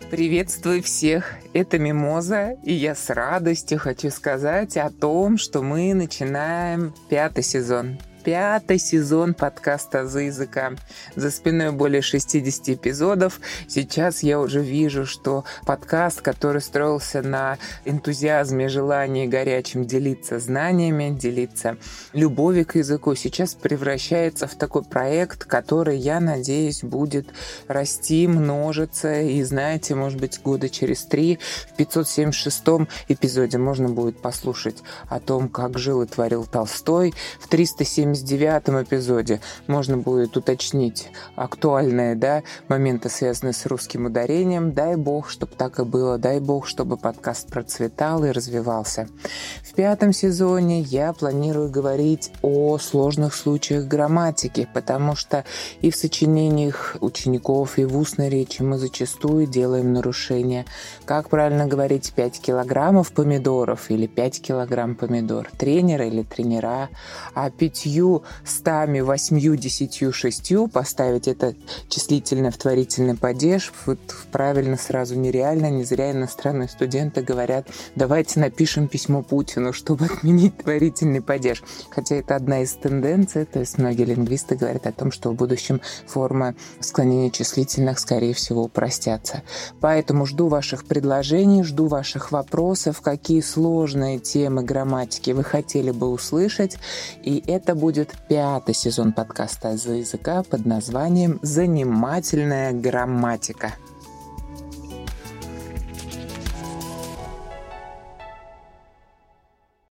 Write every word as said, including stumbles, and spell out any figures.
Приветствую всех, это Мимоза, и я с радостью хочу сказать о том, что мы начинаем пятый сезон. Пятый сезон подкаста «Азы языка». За спиной более шестьдесят эпизодов. Сейчас я уже вижу, что подкаст, который строился на энтузиазме, желании горячем делиться знаниями, делиться любовью к языку, сейчас превращается в такой проект, который, я надеюсь, будет расти, множиться. И знаете, может быть, года через три в пятьсот семьдесят шестом эпизоде можно будет послушать о том, как жил и творил Толстой. В триста семьдесят девятом эпизоде можно будет уточнить актуальные да, моменты, связанные с русским ударением. Дай бог, чтобы так и было. Дай бог, чтобы подкаст процветал и развивался. В пятом сезоне я планирую говорить о сложных случаях грамматики, потому что и в сочинениях учеников, и в устной речи мы зачастую делаем нарушения. Как правильно говорить пять килограммов помидоров или пять килограмм помидор? Тренер или тренера? А пятью стами, восьмью, десятью, шестью поставить это числительно в творительный падеж вот правильно сразу нереально. Не зря иностранные студенты говорят: давайте напишем письмо Путину, чтобы отменить творительный падеж. Хотя это одна из тенденций, то есть многие лингвисты говорят о том, что в будущем формы склонения числительных, скорее всего, упростятся. Поэтому жду ваших предложений, жду ваших вопросов, какие сложные темы грамматики вы хотели бы услышать. И это будет пятый сезон подкаста «Азы языка» под названием «Занимательная грамматика».